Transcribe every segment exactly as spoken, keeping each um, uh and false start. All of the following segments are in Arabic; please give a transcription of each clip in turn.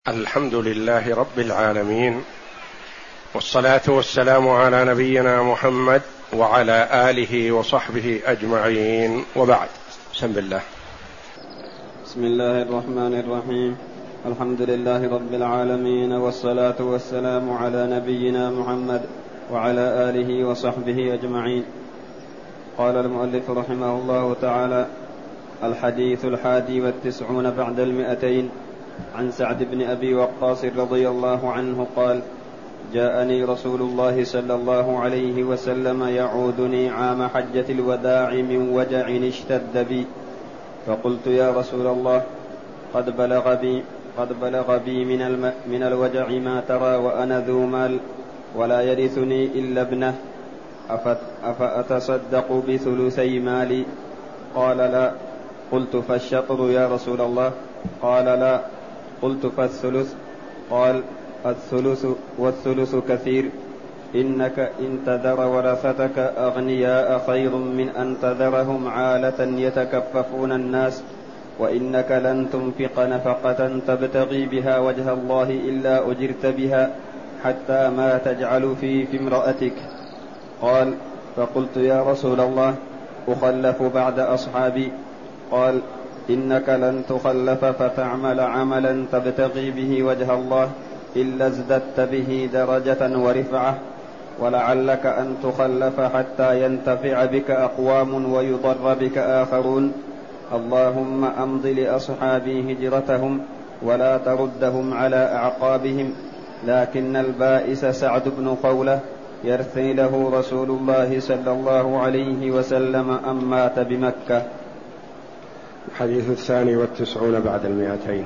الحمد لله رب العالمين، والصلاة والسلام على نبينا محمد وعلى آله وصحبه أجمعين، وبعد. بسم الله. بسم الله الرحمن الرحيم. الحمد لله رب العالمين، والصلاة والسلام على نبينا محمد وعلى آله وصحبه أجمعين. قال المؤلف رحمه الله تعالى: الحديث الحادي والتسعون بعد المئتين. عن سعد بن أبي وقاص رضي الله عنه قال: جاءني رسول الله صلى الله عليه وسلم يعودني عام حجة الوداع من وجع اشتد بي، فقلت: يا رسول الله، قد بلغ بي, قد بلغ بي من, الم من الوجع ما ترى، وأنا ذو مال ولا يرثني إلا ابنه، أفأتصدق بثلثي مالي؟ قال: لا. قلت: فالشطر يا رسول الله؟ قال: لا. قلت: فالثلث؟ قال: الثلث والثلث كثير، إنك إن تذر ورثتك أغنياء خير من أن تذرهم عالة يتكففون الناس، وإنك لن تنفق نفقة تبتغي بها وجه الله إلا أجرت بها، حتى ما تجعل في في امرأتك. قال: فقلت: يا رسول الله، أخلف بعد أصحابي؟ قال: إنك لن تخلف فتعمل عملا تبتغي به وجه الله إلا ازددت به درجة ورفعة، ولعلك أن تخلف حتى ينتفع بك أقوام ويضر بك آخرون. اللهم أمض لأصحابي هجرتهم ولا تردهم على أعقابهم. لكن البائس سعد بن خولة يرثي له رسول الله صلى الله عليه وسلم أم مات بمكة. الحديث الثاني والتسعون بعد المئتين.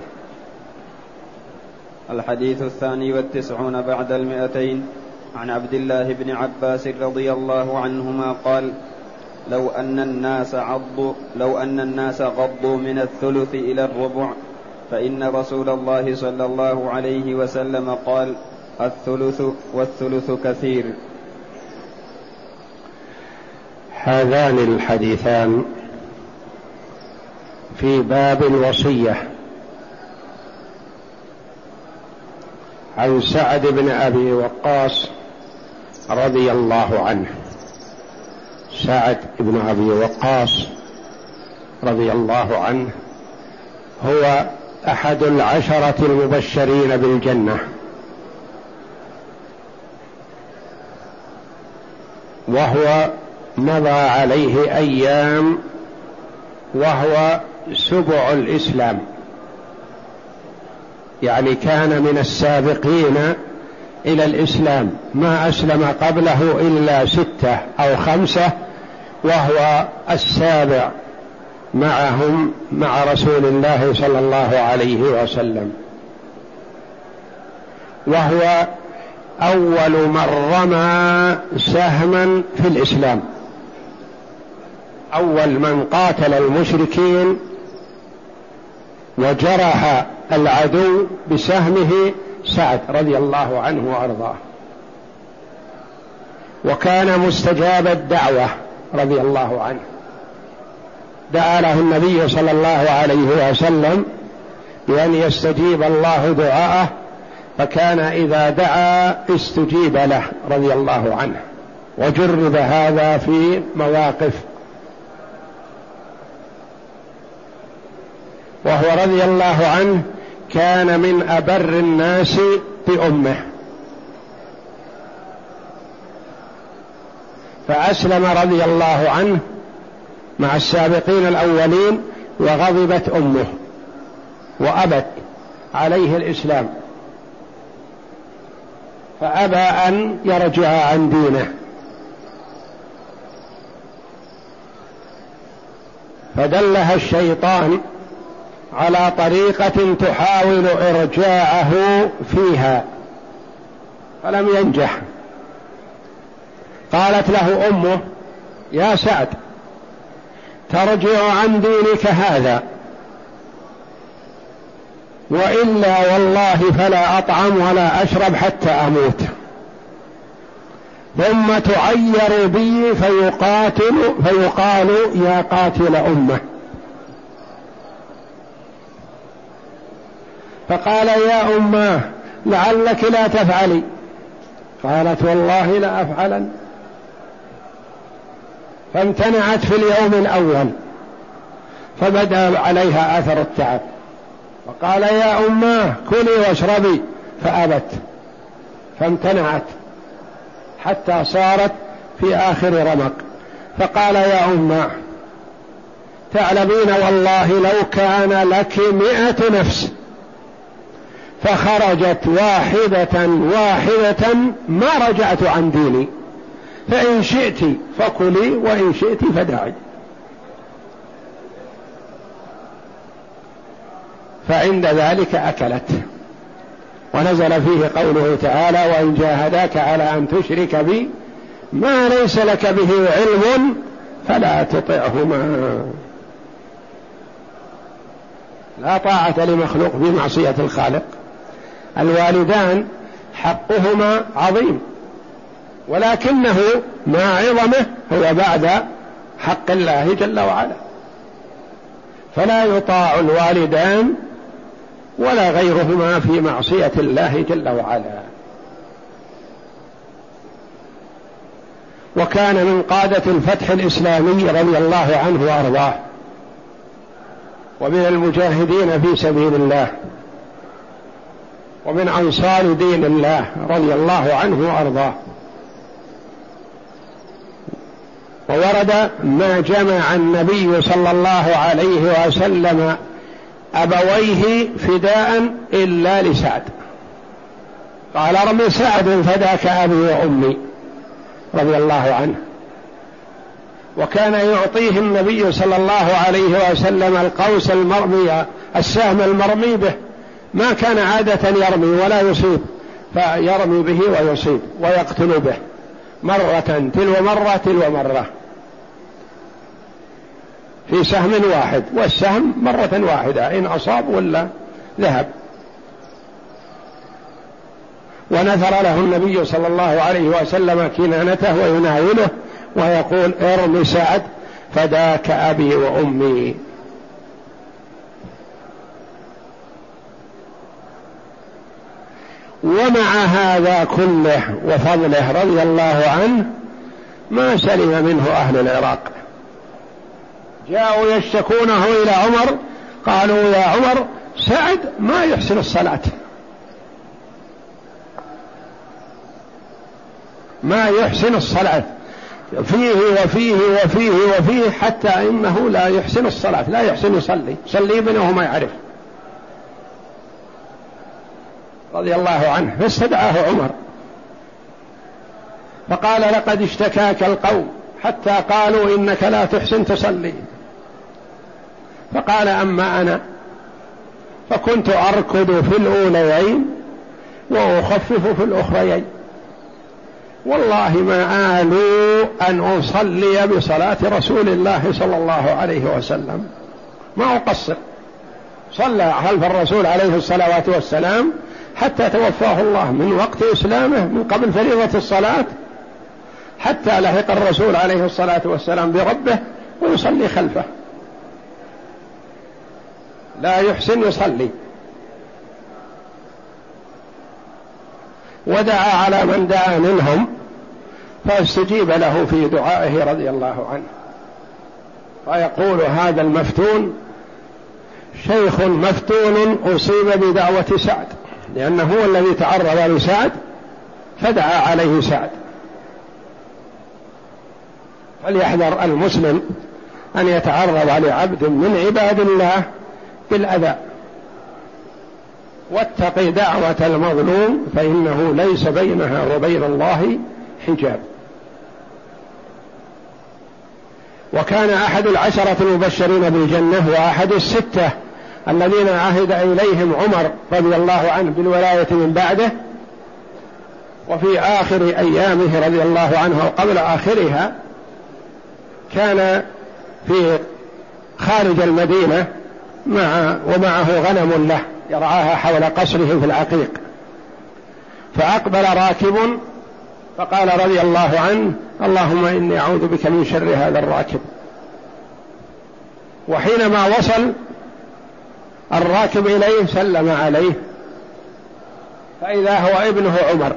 الحديث الثاني والتسعون بعد المئتين. عن عبد الله بن عباس رضي الله عنهما قال: لو أن الناس عضوا لو أن الناس غضوا من الثلث إلى الربع، فإن رسول الله صلى الله عليه وسلم قال: الثلث والثلث كثير. هذان الحديثان في باب الوصية. عن سعد بن أبي وقاص رضي الله عنه. سعد بن أبي وقاص رضي الله عنه هو أحد العشرة المبشرين بالجنة، وهو مضى عليه أيام وهو سبع الإسلام، يعني كان من السابقين إلى الإسلام، ما أسلم قبله إلا ستة أو خمسة، وهو السابع معهم مع رسول الله صلى الله عليه وسلم، وهو أول من رمى سهما في الإسلام، أول من قاتل المشركين وجرح العدو بسهمه سعد رضي الله عنه وأرضاه، وكان مستجاب الدعوة رضي الله عنه. دعا له النبي صلى الله عليه وسلم بأن يستجيب الله دعاءه، فكان إذا دعا استجيب له رضي الله عنه، وجرب هذا في مواقف. وهو رضي الله عنه كان من أبر الناس بأمه، فأسلم رضي الله عنه مع السابقين الأولين، وغضبت أمه وأبت عليه الإسلام، فأبى أن يرجع عن دينه، فدلها الشيطان على طريقة تحاول إرجاعه فيها، فلم ينجح. قالت له أمه: يا سعد، ترجع عن دينك هذا، وإلا والله فلا أطعم ولا أشرب حتى أموت، ثم تعير بي فيقاتل فيقال يا قاتل أمه. فقال يا أماه لعلك لا تفعلي، قالت والله لا أفعلن، فامتنعت في اليوم الأول فبدأ عليها أثر التعب، فقال يا أماه كلي واشربي، فأبت فامتنعت حتى صارت في آخر رمق، فقال يا أماه تعلمين والله لو كان لك مئة نفس فخرجت واحدة واحدة ما رجعت عن ديني، فإن شئت فكلي وإن شئت فدعي. فعند ذلك أكلت، ونزل فيه قوله تعالى وإن جاهداك على أن تشرك بي ما ليس لك به علم فلا تطعهما. لا طاعة لمخلوق في معصية الخالق. الوالدان حقهما عظيم، ولكنه مع عظمه هو بعد حق الله جل وعلا، فلا يطاع الوالدان ولا غيرهما في معصية الله جل وعلا. وكان من قادة الفتح الإسلامي رضي الله عنه وأرضاه، ومن المجاهدين في سبيل الله، ومن أنصار دين الله رضي الله عنه وأرضاه. وورد ما جمع النبي صلى الله عليه وسلم أبويه فداء إلا لسعد، قال ارم سعد فداك أبي وأمي رضي الله عنه. وكان يعطيه النبي صلى الله عليه وسلم القوس المرمي، السهم المرمي به، ما كان عادة يرمي ولا يصيب، فيرمي به ويصيب ويقتل به مرة تلو مرة تلو مرة في سهم واحد، والسهم مرة واحدة إن أصاب ولا ذهب. ونثر له النبي صلى الله عليه وسلم كنانته ويناوله ويقول ارم سعد فداك أبي وأمي. ومع هذا كله وفضله رضي الله عنه ما سلم منه أهل العراق. جاءوا يشتكونه إلى عمر، قالوا يا عمر سعد ما يحسن الصلاة، ما يحسن الصلاة، فيه وفيه وفيه وفيه حتى إنه لا يحسن الصلاة، لا يحسن يصلي، صلي بينه ما يعرف رضي الله عنه. فاستدعاه عمر فقال لقد اشتكاك القوم حتى قالوا إنك لا تحسن تصلي. فقال أما أنا فكنت أركض في الأوليين وأخفف في الأخريين، والله ما آلوا أن أصلي بصلاة رسول الله صلى الله عليه وسلم، ما أقصر، صلى خلف الرسول عليه الصلاة والسلام حتى توفاه الله، من وقت إسلامه من قبل فريضة الصلاة حتى لحق الرسول عليه الصلاة والسلام بربه ويصلي خلفه، لا يحسن يصلي. ودعا على من دعا منهم فاستجيب له في دعائه رضي الله عنه. فيقول هذا المفتون شيخ مفتون أصيب بدعوة سعد، لأنه هو الذي تعرض لسعد فدعا عليه سعد. فليحذر المسلم أن يتعرض لعبد من عباد الله بالأذى، واتق دعوة المظلوم فإنه ليس بينها وبين الله حجاب. وكان أحد العشرة المبشرين بالجنة وأحد الستة الذين عهد إليهم عمر رضي الله عنه بالولاية من بعده، وفي آخر أيامه رضي الله عنه وقبل آخرها كان في خارج المدينة مع ومعه غنم له يرعاها حول قصره في العقيق، فأقبل راكب فقال رضي الله عنه اللهم إني أعوذ بك من شر هذا الراكب. وحينما وصل الراكب إليه سلم عليه فإذا هو ابنه عمر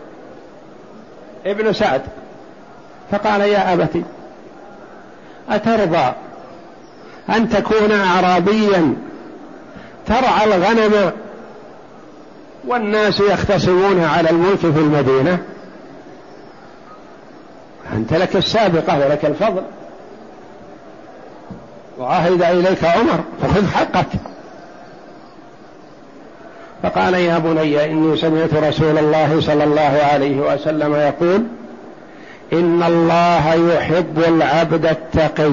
ابن سعد، فقال: يا أبتي أترضى أن تكون أعرابيا ترعى الغنم والناس يختصمون على الملك في المدينة؟ أنت لك السابقة ولك الفضل، وعهد إليك عمر فخذ حقك. فقال: يا بني إني سمعت رسول الله صلى الله عليه وسلم يقول: إن الله يحب العبد التقي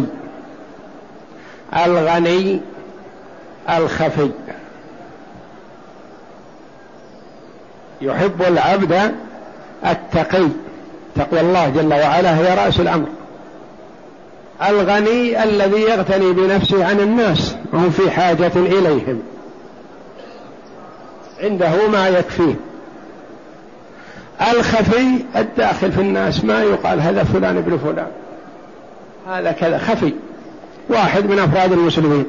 الغني الخفي. يحب العبد التقي، تقوى الله جل وعلا هي رأس الأمر. الغني الذي يغتني بنفسه عن الناس وهم في حاجة إليهم، عنده ما يكفيه. الخفي الداخل في الناس، ما يقال هذا فلان ابن فلان، هذا كذا خفي، واحد من أفراد المسلمين.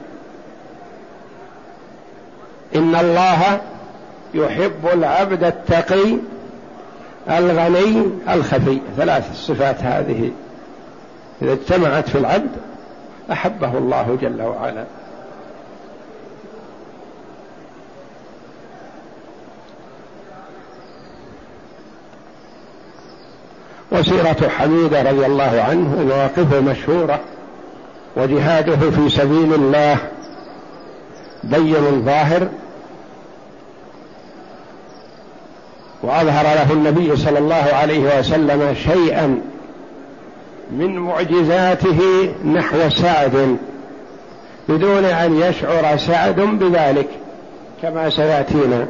إن الله يحب العبد التقي الغني الخفي. ثلاث الصفات هذه إذا اجتمعت في العبد أحبه الله جل وعلا. وسيرة حميدة رضي الله عنه ومواقفه مشهورة، وجهاده في سبيل الله بين ظاهر، وأظهر له النبي صلى الله عليه وسلم شيئا من معجزاته نحو سعد بدون أن يشعر سعد بذلك كما سيأتينا.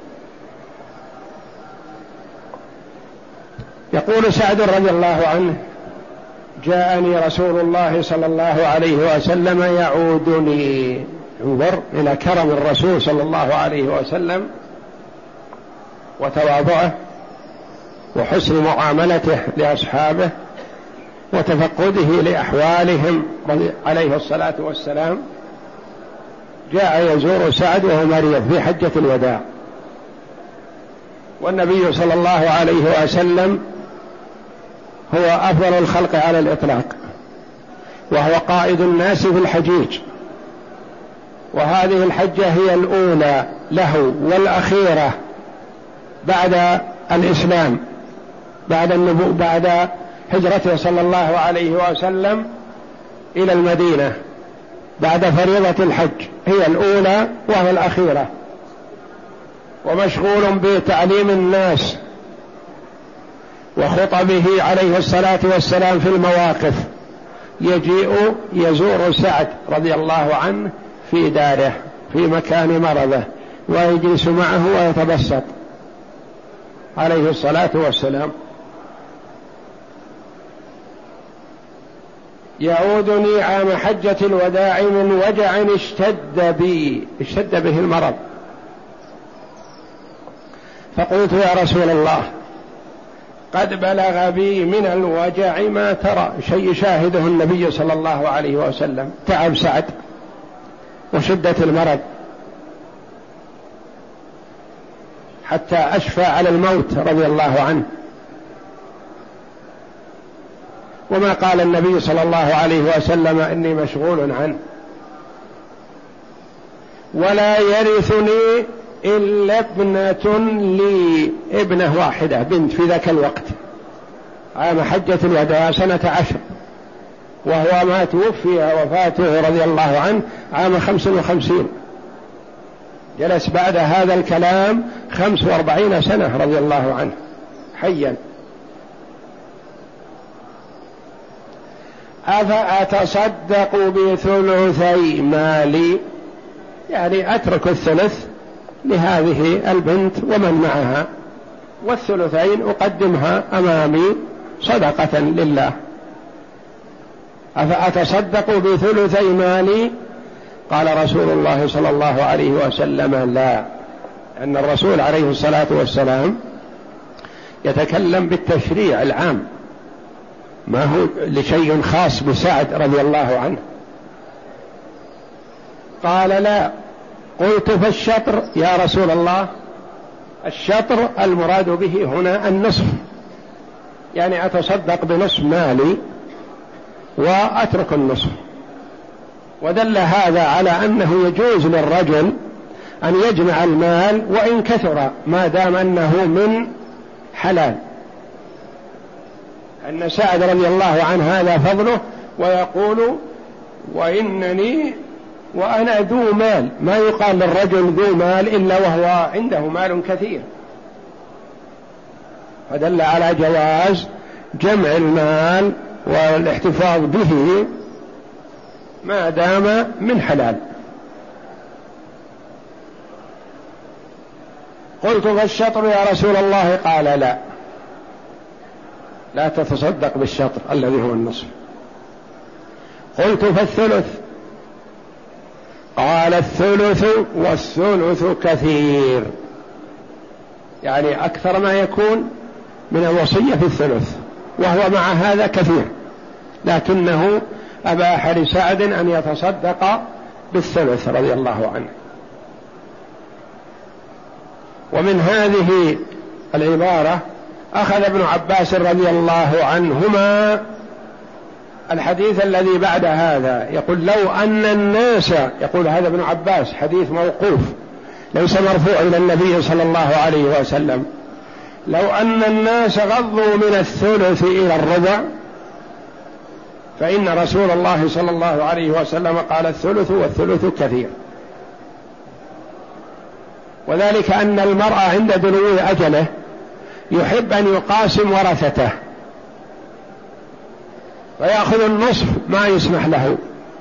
يقول سعد رضي الله عنه: جاءني رسول الله صلى الله عليه وسلم يعودني. انظر إلى كرم الرسول صلى الله عليه وسلم وتواضعه وحسن معاملته لأصحابه وتفقده لأحوالهم عليه الصلاة والسلام. جاء يزور سعد وهو مريض في حجة الوداع، والنبي صلى الله عليه وسلم هو أفضل الخلق على الإطلاق، وهو قائد الناس في الحجيج، وهذه الحجة هي الأولى له والأخيرة بعد الإسلام، بعد النبوة، بعد هجرته صلى الله عليه وسلم إلى المدينة، بعد فريضة الحج هي الأولى وهي الأخيرة، ومشغول بتعليم الناس وخطبه عليه الصلاة والسلام في المواقف. يجيء يزور سعد رضي الله عنه في داره في مكان مرضه ويجلس معه ويتبسط عليه الصلاة والسلام. يعودني عام حجة الوداع من وجع اشتد بي، اشتد به المرض، فقلت: يا رسول الله قد بلغ بي من الوجع ما ترى. شيء شاهده النبي صلى الله عليه وسلم، تعب سعد وشدة المرض حتى أشفى على الموت رضي الله عنه. وما قال النبي صلى الله عليه وسلم إني مشغول عنه، ولا يرثني إلا ابنة لي، ابنة واحدة بنت في ذاك الوقت عام حجة الوداع سنة عشر، وهو ما توفي وفاته رضي الله عنه عام خمس وخمسين، جلس بعد هذا الكلام خمس واربعين سنة رضي الله عنه حيا. أفأتصدق بثلثي مالي، يعني أترك الثلث لهذه البنت ومن معها، والثلثين أقدمها أمامي صدقة لله. أفأتصدق بثلثي مالي؟ قال رسول الله صلى الله عليه وسلم: لا، أن الرسول عليه الصلاة والسلام يتكلم بالتشريع العام، ما هو لشيء خاص بسعد رضي الله عنه. قال: لا، قلت فالشطر يا رسول الله؟ الشطر المراد به هنا النصف، يعني أتصدق بنصف مالي وأترك النصف. ودل هذا على أنه يجوز للرجل أن يجمع المال وإن كثر ما دام أنه من حلال. أن سعد رضي الله عنه هذا فضله، ويقول وإنني وأنا ذو مال، ما يقال للرجل ذو مال إلا وهو عنده مال كثير، فدل على جواز جمع المال والاحتفاظ به ما دام من حلال. قلت فالشطر يا رسول الله؟ قال لا، لا تتصدق بالشطر الذي هو النصف. قلت فالثلث؟ قال الثلث والثلث كثير، يعني أكثر ما يكون من الوصية في الثلث، وهو مع هذا كثير، لكنه أباح لسعد أن يتصدق بالثلث رضي الله عنه. ومن هذه العبارة أخذ ابن عباس رضي الله عنهما الحديث الذي بعد هذا، يقول لو أن الناس، يقول هذا ابن عباس حديث موقوف ليس مرفوع إلى النبي صلى الله عليه وسلم، لو أن الناس غضوا من الثلث إلى الربع فإن رسول الله صلى الله عليه وسلم قال الثلث والثلث كثير. وذلك أن المرء عند دنو أجله يحب أن يقاسم ورثته، فيأخذ النصف ما يسمح له،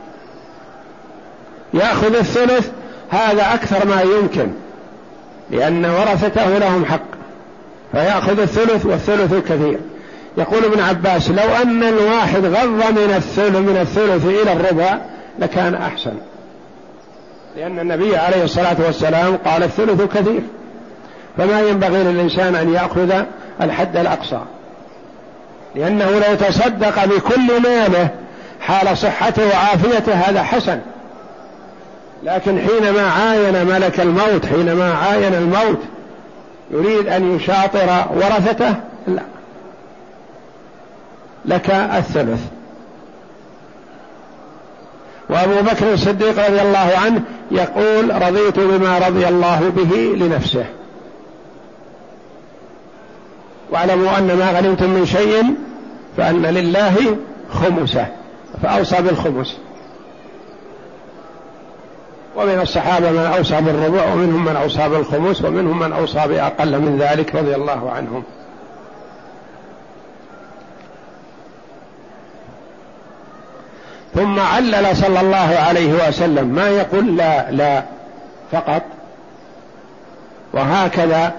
يأخذ الثلث هذا أكثر ما يمكن لأن ورثته لهم حق، فيأخذ الثلث والثلث كثير. يقول ابن عباس لو أن الواحد غض من الثلث من الثلث إلى الربع لكان أحسن، لأن النبي عليه الصلاة والسلام قال الثلث كثير، فما ينبغي للإنسان أن يأخذ الحد الأقصى، لأنه لو تصدق بكل ماله حال صحته وعافيته هذا حسن، لكن حينما عاين ملك الموت، حينما عاين الموت يريد أن يشاطر ورثته، لا، لك الثلث. وأبو بكر الصديق رضي الله عنه يقول رضيت بما رضي الله به لنفسه. واعلموا أن ما غنمتم من شيء فأن لله خمسه، فأوصى بالخمس. ومن الصحابة من أوصى بالربع، ومنهم من أوصى بالخمس، ومنهم من أوصى بأقل من ذلك رضي الله عنهم. ثم علل صلى الله عليه وسلم، ما يقول لا لا فقط. وهكذا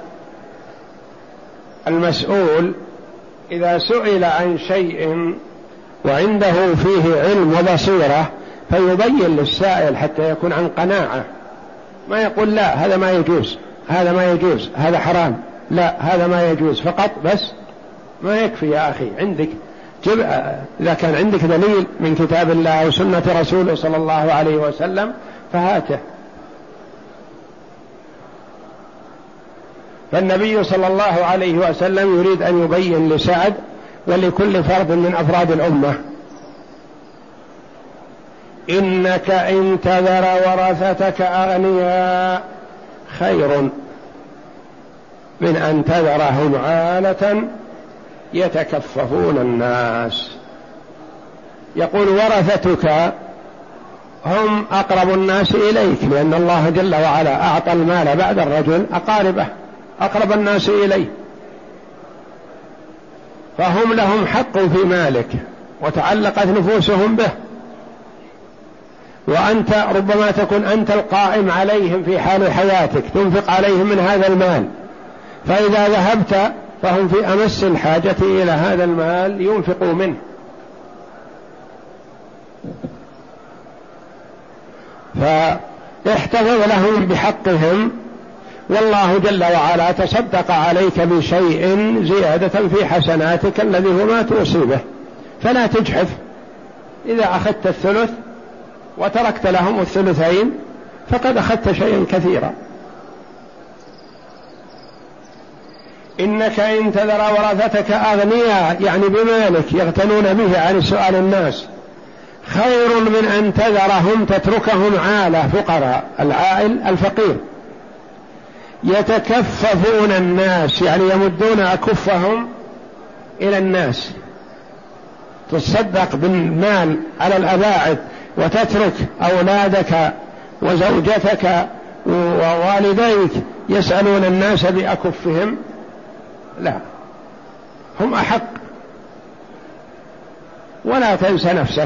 المسؤول إذا سئل عن شيء وعنده فيه علم وبصيرة فيبين للسائل حتى يكون عن قناعة، ما يقول لا هذا ما يجوز، هذا ما يجوز، هذا حرام، لا هذا ما يجوز فقط بس. ما يكفي يا أخي، عندك جب... إذا كان عندك دليل من كتاب الله وسنة رسوله صلى الله عليه وسلم فهاته. فالنبي صلى الله عليه وسلم يريد أن يبين لسعد ولكل فرد من أفراد الأمة: إنك إن تذر ورثتك أغنياء خير من أن تذرهم عالة يتكففون الناس. يقول ورثتك هم أقرب الناس إليك، لأن الله جل وعلا أعطى المال بعد الرجل أقاربه، أقرب الناس إليه، فهم لهم حق في مالك وتعلقت نفوسهم به، وأنت ربما تكون أنت القائم عليهم في حال حياتك، تنفق عليهم من هذا المال، فإذا ذهبت فهم في أمس الحاجة إلى هذا المال ينفقوا منه. فاحتفظ لهم بحقهم، والله جل وعلا تصدق عليك بشيء زيادة في حسناتك الذي هو ما توصيبه، فلا تجحف. إذا أخذت الثلث وتركت لهم الثلثين فقد أخذت شيئا كثيرا. إنك إن تذر ورثتك أغنياء يعني بمالك يغتنون به عن سؤال الناس خير من أن تذرهم تتركهم عالة فقراء. العائل الفقير يتكففون الناس يعني يمدون أكفهم إلى الناس، تصدق بالمال على الأباعد وتترك أولادك وزوجتك ووالديك يسألون الناس بأكفهم، لا، هم أحق. ولا تنس نفسك.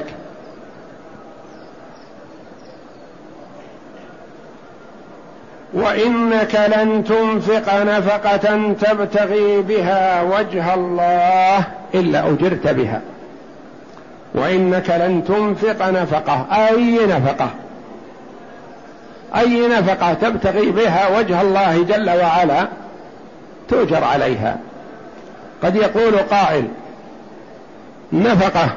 وإنك لن تنفق نفقة تبتغي بها وجه الله إلا أجرت بها. وإنك لن تنفق نفقة أي نفقة أي نفقة تبتغي بها وجه الله جل وعلا تؤجر عليها. قد يقول قائل نفقة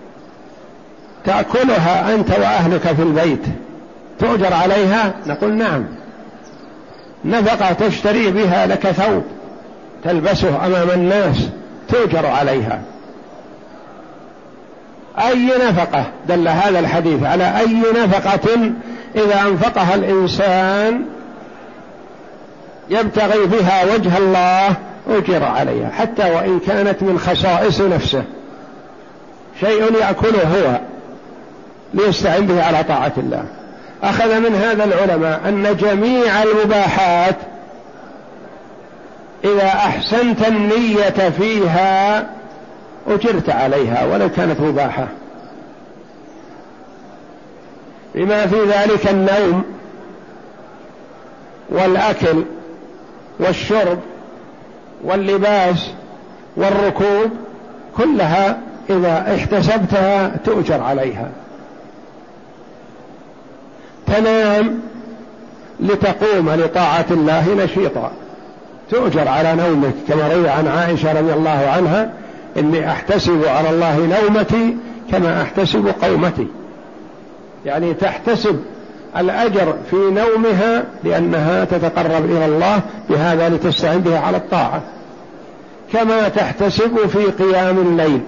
تأكلها أنت وأهلك في البيت تؤجر عليها؟ نقول نعم. نفقة تشتري بها لك ثوب تلبسه أمام الناس تؤجر عليها. أي نفقة دل هذا الحديث على أي نفقة إذا أنفقها الإنسان يبتغي بها وجه الله أجر عليها، حتى وإن كانت من خصائص نفسه، شيء يأكله هو ليستعين به على طاعة الله. أخذ من هذا العلماء أن جميع المباحات إذا أحسنت النية فيها أجرت عليها ولو كانت مباحة، بما في ذلك النوم والأكل والشرب واللباس والركوب، كلها إذا احتسبتها تؤجر عليها. تنام لتقوم لطاعة الله نشيطا تؤجر على نومك، كما روي عن عائشة رضي الله عنها إني أحتسب على الله نومتي كما أحتسب قومتي، يعني تحتسب الأجر في نومها لأنها تتقرب إلى الله بهذا لتستعين به على الطاعة، كما تحتسب في قيام الليل.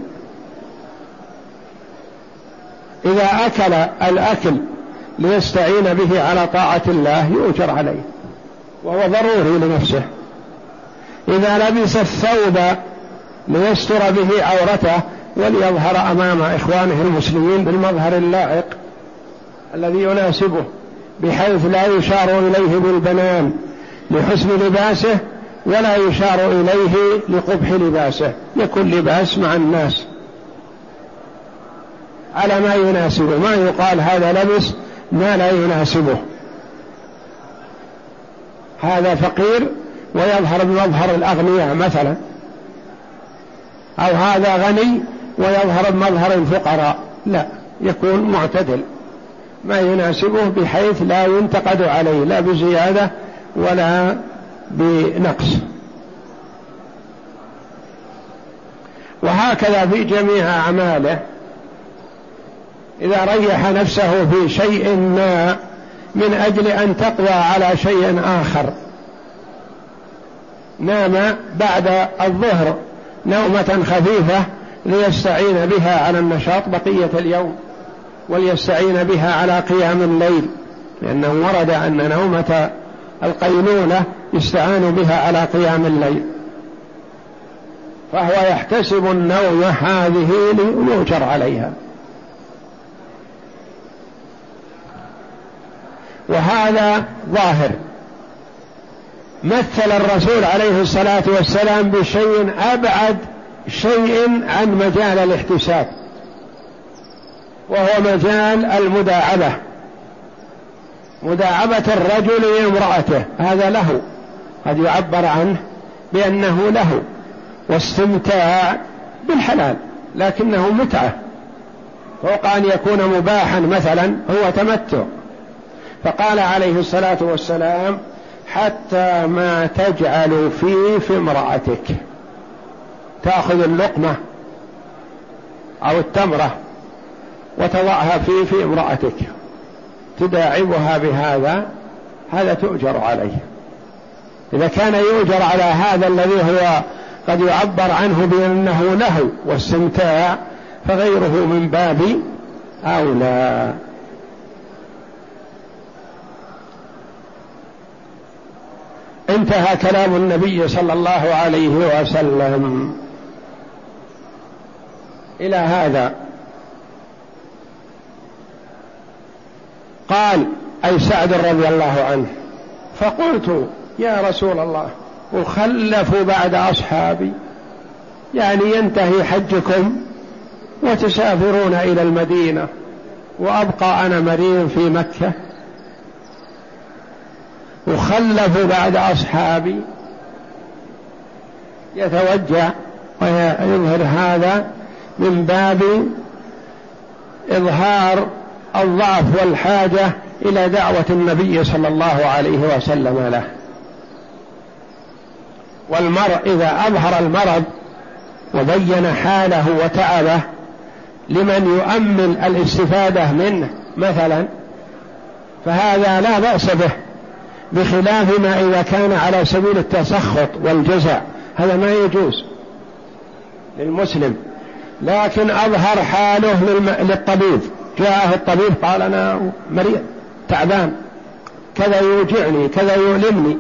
إذا أكل الأكل ليستعين به على طاعة الله يؤجر عليه وهو ضروري لنفسه. إذا لبس الثوب ليستر به عورته وليظهر أمام إخوانه المسلمين بالمظهر اللائق الذي يناسبه، بحيث لا يشار إليه بالبنان لحسن لباسه ولا يشار إليه لقبح لباسه، يكون لباس مع الناس على ما يناسبه، ما يقال هذا لبس ما لا يناسبه، هذا فقير ويظهر بمظهر الأغنياء مثلا، أو هذا غني ويظهر بمظهر الفقراء، لا، يكون معتدل ما يناسبه بحيث لا ينتقد عليه لا بزيادة ولا بنقص. وهكذا في جميع أعماله، إذا ريح نفسه في شيء ما من أجل أن تقوى على شيء آخر، نام بعد الظهر نومة خفيفة ليستعين بها على النشاط بقية اليوم، وليستعين بها على قيام الليل، لأنه ورد أن نومة القيلولة يستعان بها على قيام الليل، فهو يحتسب النوم هذه ليؤجر عليها. وهذا ظاهر. مثل الرسول عليه الصلاة والسلام بشيء أبعد شيء عن مجال الاحتساب، وهو مجال المداعبة، مداعبة الرجل لامرأته، هذا له، قد يعبر عنه بأنه له، واستمتاع بالحلال لكنه متعة، فوق أن يكون مباحا مثلا هو تمتع. فقال عليه الصلاة والسلام حتى ما تجعل في في امرأتك، تأخذ اللقمة أو التمرة وتضعها في في امرأتك، تداعبها بهذا، هذا تؤجر عليه. إذا كان يؤجر على هذا الذي هو قد يعبر عنه بأنه لهو واستمتاع، فغيره من باب أولى. انتهى كلام النبي صلى الله عليه وسلم إلى هذا. قال أي سعد رضي الله عنه: فقلت يا رسول الله أخلف بعد أصحابي، يعني ينتهي حجكم وتسافرون إلى المدينة وأبقى أنا مريض في مكة، أخلف بعد أصحابي. يتوجع ويظهر هذا من باب إظهار الضعف والحاجة إلى دعوة النبي صلى الله عليه وسلم له. والمرء إذا أظهر المرض وبين حاله وتعبه لمن يؤمل الاستفادة منه مثلا، فهذا لا بأس به، بخلاف ما إذا كان على سبيل التسخط والجزع، هذا ما يجوز للمسلم. لكن أظهر حاله للطبيب، جاءه الطبيب قال أنا مريض تعبان، كذا يوجعني كذا يؤلمني،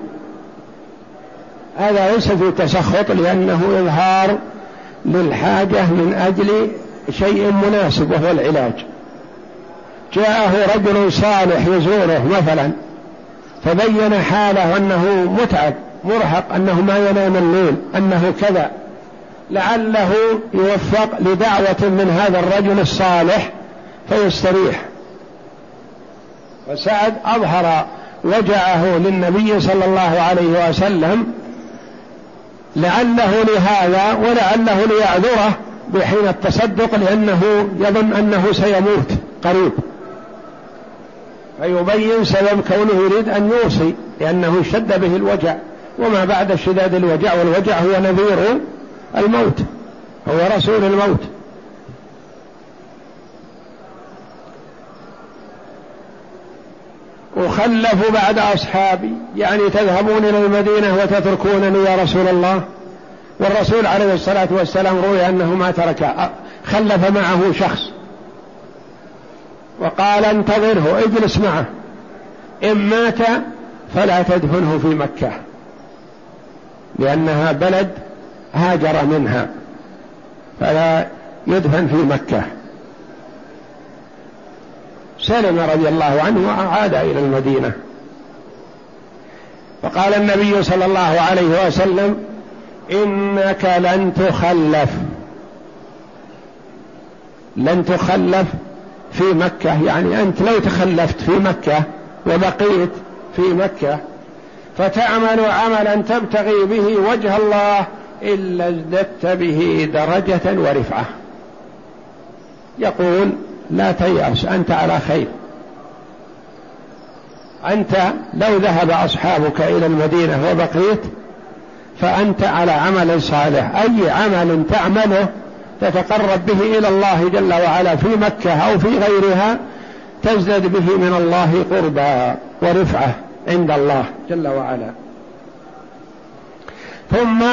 هذا ليس في تسخط، لأنه إظهار للحاجة من أجل شيء مناسب وهو العلاج. جاءه رجل صالح يزوره مثلا، فبين حاله أنه متعب مرهق، أنه ما ينام الليل، أنه كذا، لعله يوفق لدعوة من هذا الرجل الصالح فيستريح. وسعد أظهر وجعه للنبي صلى الله عليه وسلم، لعله لهذا ولعله ليعذره بحين التصدق، لأنه يظن أنه سيموت قريب، فيبين سبب كونه يريد أن يوصي، لأنه اشتد به الوجع، وما بعد اشتداد الوجع، والوجع هو نذير الموت، هو رسول الموت. أخلف بعد أصحابي، يعني تذهبون إلى المدينة وتتركونني يا رسول الله. والرسول عليه الصلاة والسلام روي أنه ما ترك، خلف معه شخص وقال انتظره اجلس معه، إن مات فلا تدفنه في مكة، لأنها بلد هاجر منها، فلا يدفن في مكة. سلم رضي الله عنه وعاد إلى المدينة. فقال النبي صلى الله عليه وسلم: إنك لن تخلف، لن تخلف في مكة، يعني أنت لو تخلفت في مكة وبقيت في مكة فتعمل عملا تبتغي به وجه الله إلا ازددت به درجة ورفعة. يقول: لا تيأس، أنت على خير. أنت لو ذهب أصحابك إلى المدينة وبقيت فأنت على عمل صالح، أي عمل تعمله تتقرب به إلى الله جل وعلا في مكة أو في غيرها تزداد به من الله قربا ورفعة عند الله جل وعلا. ثم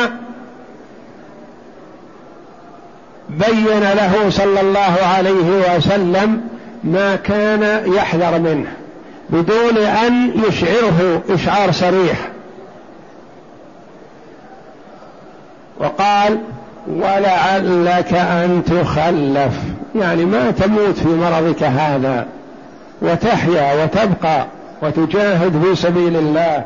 بين له صلى الله عليه وسلم ما كان يحذر منه بدون أن يشعره إشعار صريح، وقال: ولعلك أن تخلف، يعني ما تموت في مرضك هذا وتحيا وتبقى وتجاهد في سبيل الله.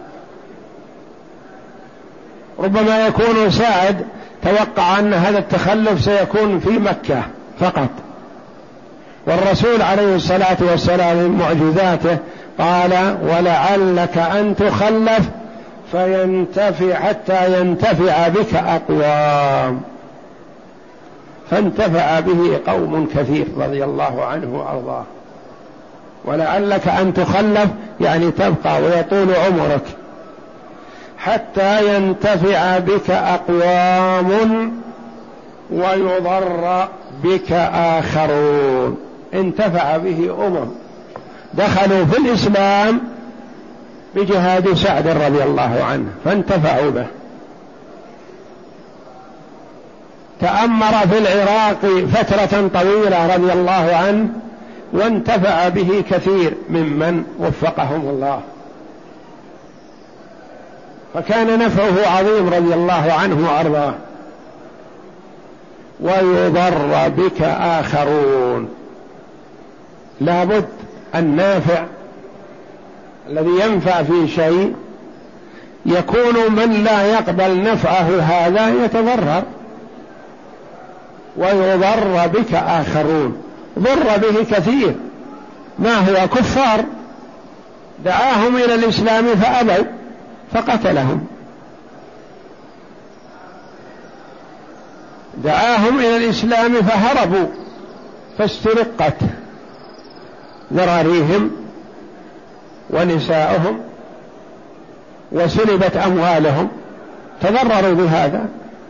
ربما يكون سعد توقع أن هذا التخلف سيكون في مكة فقط، والرسول عليه الصلاة والسلام من معجزاته قال: ولعلك أن تخلف فينتفع حتى ينتفع بك أقوام، فانتفع به قوم كثير رضي الله عنه وأرضاه. ولعلك أن تخلف يعني تبقى ويطول عمرك حتى ينتفع بك أقوام ويضر بك آخرون. انتفع به أمم دخلوا في الإسلام بجهاد سعد رضي الله عنه فانتفعوا به. تأمر في العراق فترة طويلة رضي الله عنه وانتفع به كثير ممن وفقهم الله، فكان نفعه عظيم رضي الله عنه وأرضاه. ويضر بك آخرون، لابد النافع الذي ينفع في شيء يكون من لا يقبل نفعه هذا يتضرر. ويضر بك آخرون، ضر به كثير، ما هو كفار دعاهم إلى الإسلام فأبوا فقتلهم، دعاهم إلى الإسلام فهربوا فاسترقت ذراريهم ونساؤهم وسلبت أموالهم، تضرروا بهذا.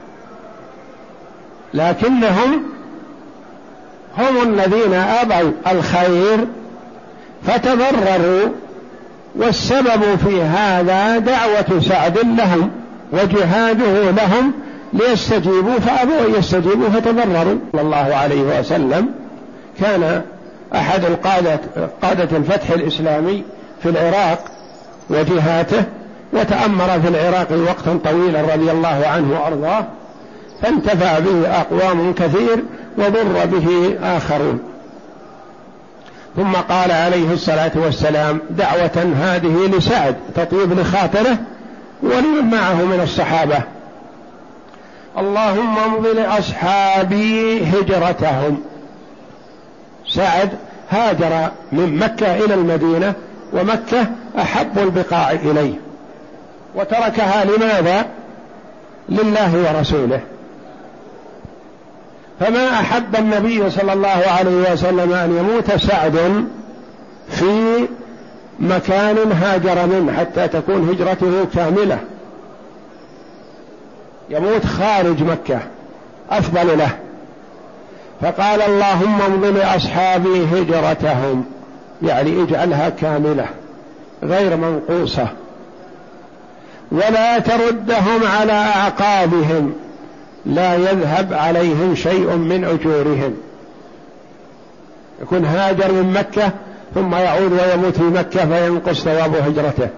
لكنهم هم الذين أبوا الخير فتضرروا، والسبب في هذا دعوة سعد لهم وجهاده لهم ليستجيبوا فأبوا أن يستجيبوا فتضرروا. صلى الله عليه وسلم كان أحد القادة قادة الفتح الإسلامي في العراق وجهاته، وتأمر في العراق وقتا طويلا رضي الله عنه وأرضاه، فانتفع به أقوام كثير وضر به آخرون. ثم قال عليه الصلاة والسلام دعوة هذه لسعد تطيب لخاطره ولمن معه من الصحابة: اللهم امض لأصحابي هجرتهم. سعد هاجر من مكة إلى المدينة، ومكة أحب البقاع إليه، وتركها لماذا؟ لله ورسوله. فما أحب النبي صلى الله عليه وسلم أن يموت سعد في مكان هاجر منه حتى تكون هجرته كاملة، يموت خارج مكة أفضل له. فقال اللهم امض لأصحابي هجرتهم، يعني اجعلها كاملة غير منقوصة، ولا تردهم على أعقابهم، لا يذهب عليهم شيء من أجورهم. يكون هاجر من مكة ثم يعود ويموت في مكة فينقص ثواب هجرته.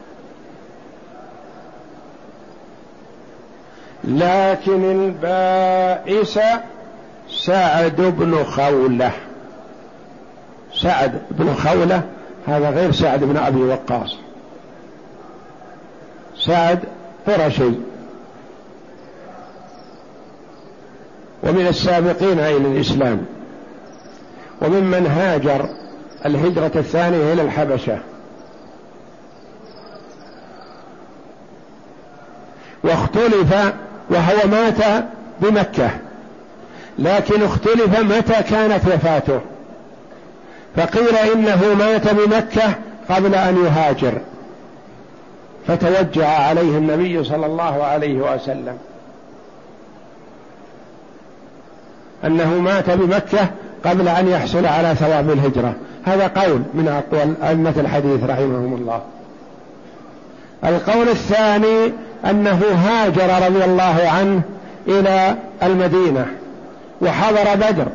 لكن البائس سعد بن خولة. سعد بن خولة هذا غير سعد بن أبي وقاص، سعد قرشي ومن السابقين إلى الإسلام، وممن هاجر الهجرة الثانية إلى الحبشة. واختلف، وهو مات بمكة، لكن اختلف متى كانت وفاته، فقيل إنه مات بمكة قبل أن يهاجر، فتوجع عليه النبي صلى الله عليه وسلم أنه مات بمكة قبل أن يحصل على ثواب الهجرة. هذا قول من أقوال أئمة الحديث رحمهم الله. القول الثاني أنه هاجر رضي الله عنه إلى المدينة وحضر بدر،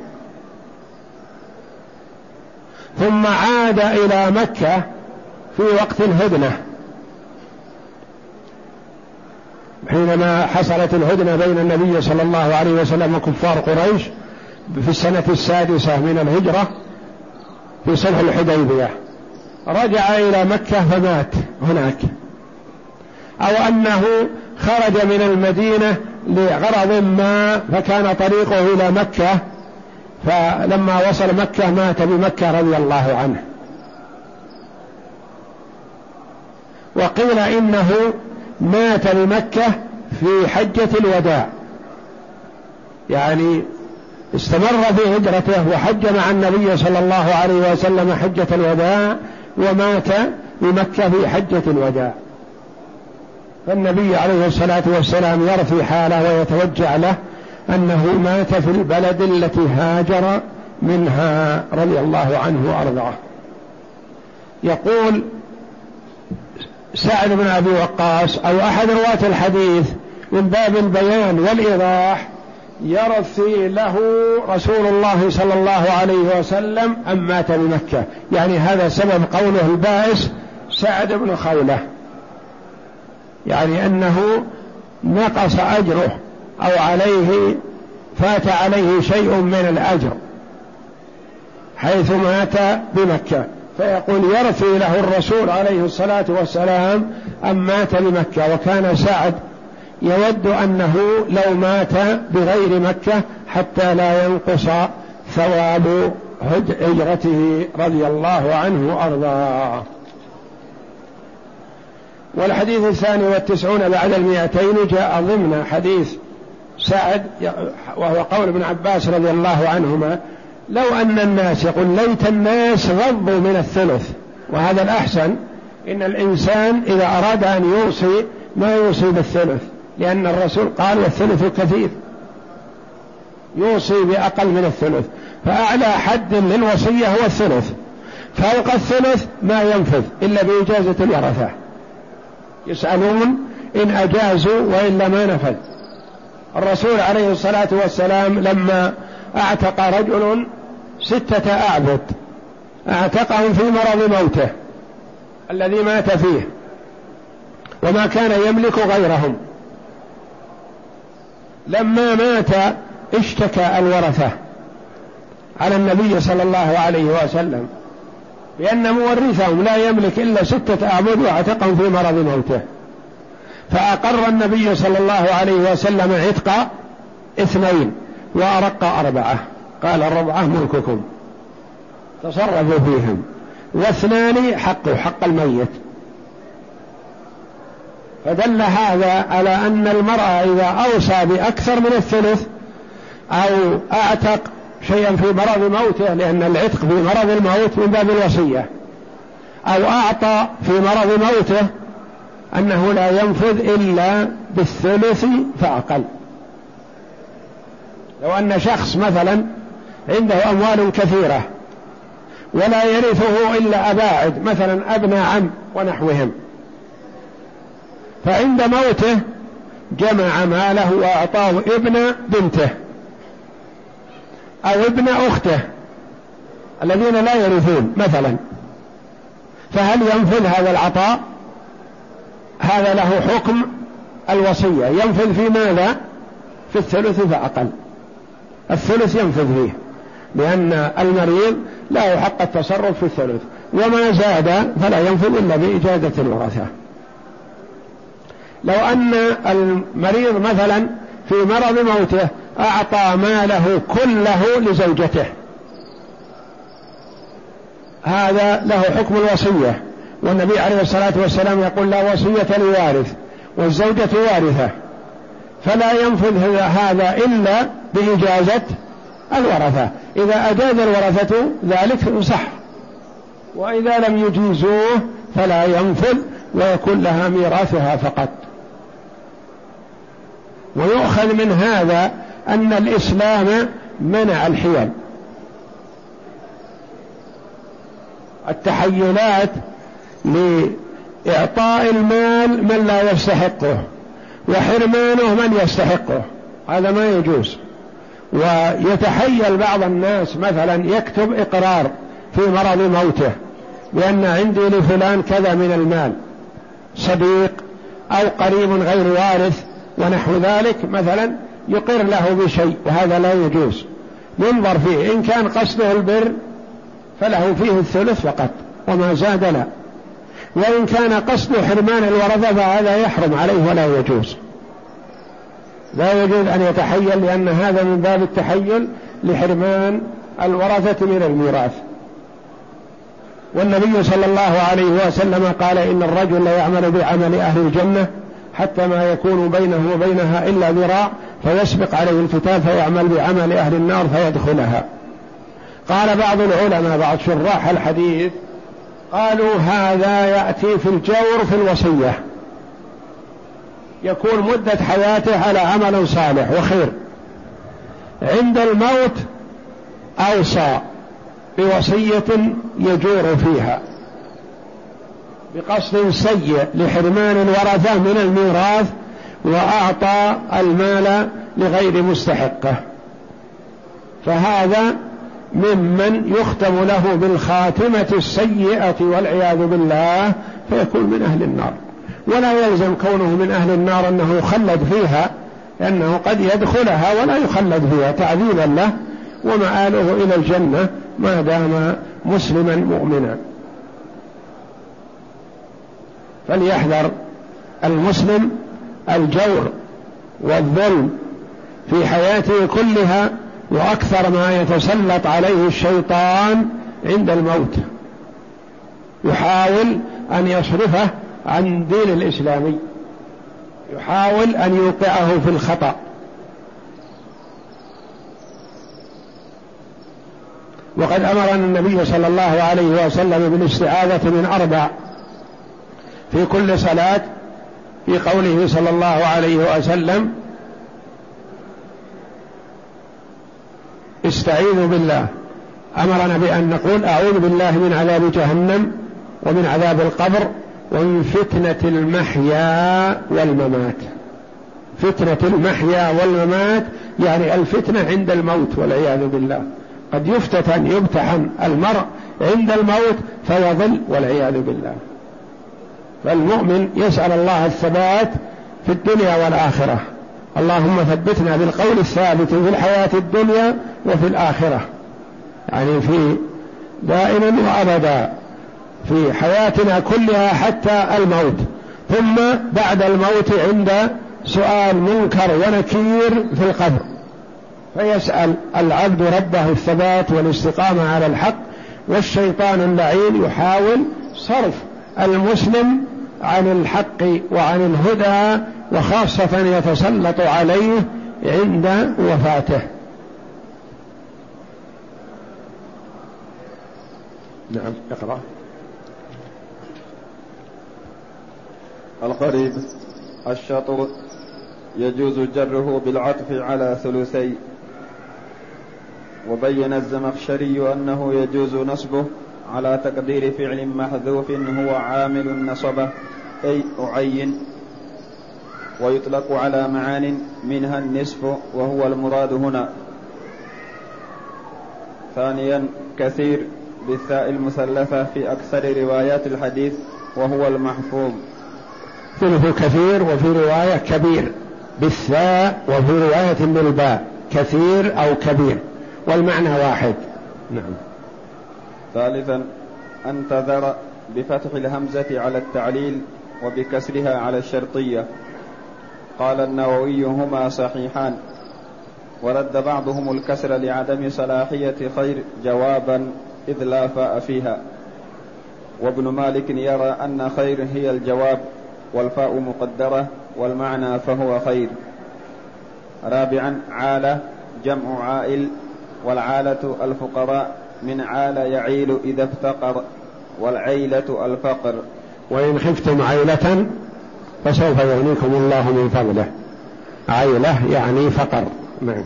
ثم عاد إلى مكة في وقت الهدنة، حينما حصلت الهدنة بين النبي صلى الله عليه وسلم وكفار قريش في السنة السادسة من الهجرة في صلح الحديبية، رجع إلى مكة فمات هناك، أو أنه خرج من المدينة لغرض ما فكان طريقه إلى مكة، فلما وصل مكة مات بمكة رضي الله عنه. وقيل إنه مات بمكة في حجة الوداع، يعني استمر في هجرته وحج مع النبي صلى الله عليه وسلم حجة الوداع، ومات بمكة في حجة الوداع. فالنبي عليه الصلاة والسلام يرثي حاله ويتوجع له أنه مات في البلد التي هاجر منها رضي الله عنه وأرضاه. يقول سعد بن أبي وقاص أو أحد رواة الحديث من باب البيان والإيضاح: يرثي له رسول الله صلى الله عليه وسلم أم مات بمكة، يعني هذا سبب قوله البائس سعد بن خولة، يعني أنه نقص أجره أو عليه فات عليه شيء من الأجر حيث مات بمكة، فيقول يرثي له الرسول عليه الصلاة والسلام أم مات بمكة. وكان سعد يود أنه لو مات بغير مكة حتى لا ينقص ثواب هجرته رضي الله عنه وأرضاه. والحديث الثاني والتسعون بعد المئتين جاء ضمن حديث سعد، وهو قول ابن عباس رضي الله عنهما: لو أن الناس، يقول ليت الناس غضوا من الثلث، وهذا الأحسن. إن الإنسان إذا أراد أن يوصي ما يوصي بالثلث، لأن الرسول قال والثلث كثير، يوصي بأقل من الثلث، فأعلى حد للوصية هو الثلث، فوق الثلث ما ينفذ إلا بإجازة الورثة، يسألون إن أجازوا وإلا ما نفذ. الرسول عليه الصلاة والسلام لما اعتق رجل ستة أعبد، اعتقهم في مرض موته الذي مات فيه، وما كان يملك غيرهم. لما مات اشتكى الورثة على النبي صلى الله عليه وسلم بأن مورثهم لا يملك إلا ستة أعبد واعتقهم في مرض موته، فأقر النبي صلى الله عليه وسلم عتق اثنين وأرق أربعة، قال الربعة ملككم تصرفوا فيهم، واثنان حقه حق الميت. فدل هذا على أن المرأة إذا أوصى بأكثر من الثلث أو أعتق شيئا في مرض موته، لأن العتق في مرض الموت من باب الوصية، أو أعطى في مرض موته، أنه لا ينفذ إلا بالثلث فأقل. لو أن شخص مثلا عنده أموال كثيرة ولا يرثه إلا أباعد، مثلا أبناء عم ونحوهم، فعند موته جمع ماله وأعطاه ابن بنته أو ابن أخته الذين لا يرثون مثلا، فهل ينفذ هذا العطاء؟ هذا له حكم الوصية، ينفذ في ماذا؟ في الثلث فأقل، الثلث ينفذ فيه، لأن المريض له حق التصرف في الثلث، وما زاد فلا ينفذ إلا بإجازة الورثة. لو أن المريض مثلا في مرض موته أعطى ماله كله لزوجته، هذا له حكم الوصية، والنبي عليه الصلاة والسلام يقول لا وصية لوارث والزوجة وارثة، فلا ينفذ هذا إلا بإجازة الورثة. إذا أجاز الورثة ذلك صح، وإذا لم يجيزوه فلا ينفذ ويكون لها ميراثها فقط. ويؤخذ من هذا أن الإسلام منع الحيل، التحيلات لإعطاء المال من لا يستحقه وحرمانه من يستحقه، هذا ما يجوز. ويتحيل بعض الناس مثلا يكتب إقرار في مرض موته بأن عندي لفلان كذا من المال، صديق أو قريب غير وارث ونحو ذلك، مثلا يقر له بشيء، وهذا لا يجوز، ينظر فيه، إن كان قصده البر فله فيه الثلث فقط وما زاد لا، وإن كان قصده حرمان الورثة فهذا يحرم عليه ولا يجوز، لا يجوز أن يتحيل، لأن هذا من باب التحيل لحرمان الورثة من الميراث. والنبي صلى الله عليه وسلم قال إن الرجل لا يعمل بعمل أهل الجنة حتى ما يكون بينه وبينها إلا ذراع فيسبق عليه الكتاب فيعمل بعمل أهل النار فيدخلها. قال بعض العلماء بعض شراح الحديث قالوا هذا يأتي في الجور في الوصية، يكون مدة حياته على عمل صالح وخير، عند الموت أوصى بوصية يجور فيها بقصد سيء لحرمان الورثة من الميراث وأعطى المال لغير مستحقه، فهذا ممن يختم له بالخاتمة السيئة والعياذ بالله فيكون من أهل النار. ولا يلزم كونه من أهل النار أنه يخلد فيها، لأنه قد يدخلها ولا يخلد فيها تعذيبا له، ومآله إلى الجنة ما دام مسلما مؤمنا. فليحذر المسلم الجور والظلم في حياته كلها، وأكثر ما يتسلط عليه الشيطان عند الموت، يحاول أن يصرفه عن الدين الإسلامي، يحاول أن يوقعه في الخطأ. وقد أمرنا النبي صلى الله عليه وسلم بالاستعاذة من أربع في كل صلاة، في قوله صلى الله عليه وسلم: استعيذوا بالله. أمرنا بأن نقول: أعوذ بالله من عذاب جهنم ومن عذاب القبر ومن فتنة المحيا والممات. فتنة المحيا والممات يعني الفتنة عند الموت والعياذ بالله، قد يفتتن يبتحن المرء عند الموت فيضل والعياذ بالله. فالمؤمن يسأل الله الثبات في الدنيا والآخرة، اللهم ثبتنا بالقول الثابت في الحياة الدنيا وفي الآخرة، يعني في دائما وأبدا في حياتنا كلها حتى الموت، ثم بعد الموت عند سؤال منكر ونكير في القبر، فيسأل العبد ربه الثبات والاستقامة على الحق، والشيطان اللعين يحاول صرف المسلم عن الحق وعن الهدى، وخاصة يتسلط عليه عند وفاته. نعم، اقرأ. القريب الشطر يجوز جره بالعطف على ثلثي. وبين الزمخشري أنه يجوز نصبه على تقدير فعل محذوف هو عامل نصبه، أي أعين، ويطلق على معان منها النصف وهو المراد هنا. ثانيا كثير بالثاء المثلثة في أكثر روايات الحديث وهو المحفوظ. ثلث كثير، وفي رواية كبير بالثاء، وفي رواية بالباء كثير أو كبير، والمعنى واحد. نعم. ثالثا انتظر بفتح الهمزة على التعليل وبكسرها على الشرطية. قال النووي هما صحيحان، ورد بعضهم الكسر لعدم صلاحية خير جوابا إذ لا فاء فيها، وابن مالك يرى أن خير هي الجواب والفاء مقدرة والمعنى فهو خير. رابعا عالة جمع عائل، والعالة الفقراء من عال يعيل إذا افتقر، والعيلة الفقر. وإن خفتم عيلة فسوف يغنيكم الله من فضله. عيلة يعني فقر. نعم.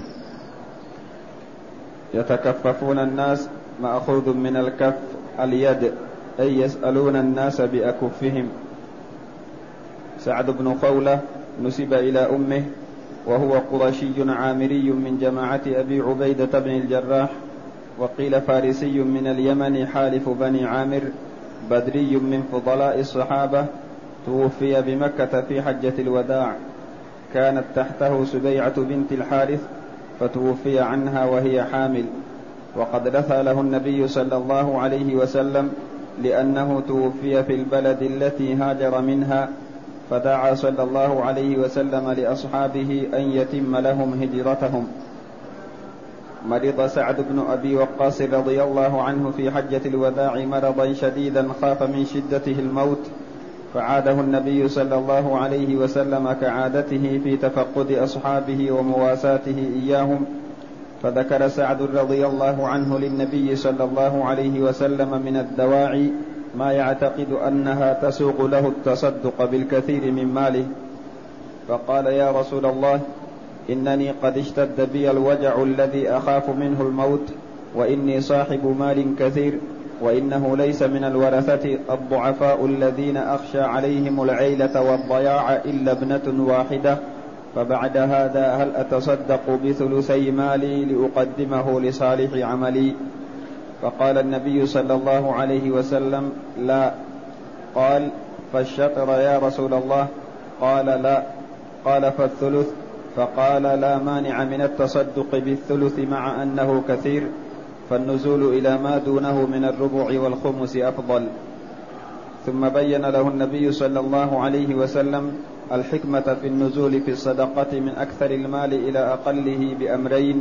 يتكففون الناس مأخوذ من الكف اليد، أي يسألون الناس بأكفهم. سعد بن خولة نسب إلى أمه، وهو قرشي عامري من جماعة أبي عبيدة بن الجراح، وقيل فارسي من اليمن حالف بني عامر، بدري من فضلاء الصحابة، توفي بمكة في حجة الوداع. كانت تحته سبيعة بنت الحارث فتوفي عنها وهي حامل، وقد رثى له النبي صلى الله عليه وسلم لأنه توفي في البلد التي هاجر منها، فدعا صلى الله عليه وسلم لأصحابه أن يتم لهم هجرتهم. مرض سعد بن أبي وقاص رضي الله عنه في حجة الوداع مرضا شديدا خاف من شدته الموت، فعاده النبي صلى الله عليه وسلم كعادته في تفقد أصحابه ومواساته إياهم، فذكر سعد رضي الله عنه للنبي صلى الله عليه وسلم من الدواعي ما يعتقد أنها تسوق له التصدق بالكثير من ماله، فقال: يا رسول الله، إنني قد اشتد بي الوجع الذي أخاف منه الموت، وإني صاحب مال كثير، وإنه ليس من الورثة الضعفاء الذين أخشى عليهم العيلة والضياع إلا ابنة واحدة، فبعد هذا هل أتصدق بثلثي مالي لأقدمه لصالح عملي؟ فقال النبي صلى الله عليه وسلم: لا. قال: فالشطر يا رسول الله؟ قال: لا. قال: فالثلث؟ فقال: لا مانع من التصدق بالثلث مع أنه كثير، فالنزول إلى ما دونه من الربع والخمس أفضل. ثم بين له النبي صلى الله عليه وسلم الحكمة في النزول في الصدقة من أكثر المال إلى أقله بأمرين: